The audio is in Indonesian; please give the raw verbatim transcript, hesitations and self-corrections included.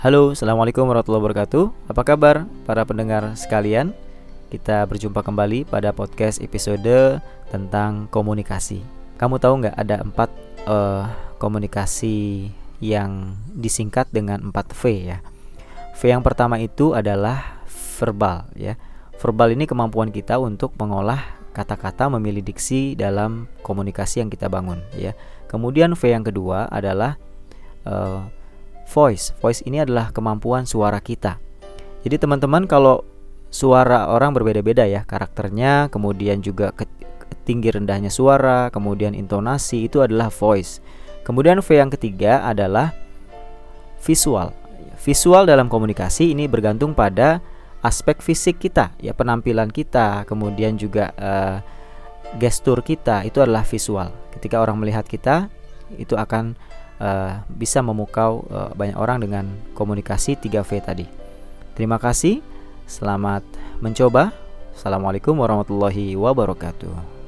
Halo, Assalamualaikum warahmatullahi wabarakatuh. Apa kabar para pendengar sekalian? Kita berjumpa kembali pada podcast episode tentang komunikasi. Kamu tahu nggak ada empat uh, komunikasi yang disingkat dengan empat V ya. V yang pertama itu adalah verbal ya. Verbal ini kemampuan kita untuk mengolah kata-kata, memilih diksi dalam komunikasi yang kita bangun ya. Kemudian V yang kedua adalah uh, voice. Voice ini adalah kemampuan suara kita. Jadi teman-teman, kalau suara orang berbeda-beda ya karakternya, kemudian juga tinggi rendahnya suara, kemudian intonasi, itu adalah voice. Kemudian V yang ketiga adalah visual. Visual dalam komunikasi ini bergantung pada aspek fisik kita ya, penampilan kita, kemudian juga uh, gestur kita, itu adalah visual. Ketika orang melihat kita, itu akan Uh, bisa memukau uh, banyak orang dengan komunikasi tiga V tadi. Terima kasih, selamat mencoba. Assalamualaikum warahmatullahi wabarakatuh.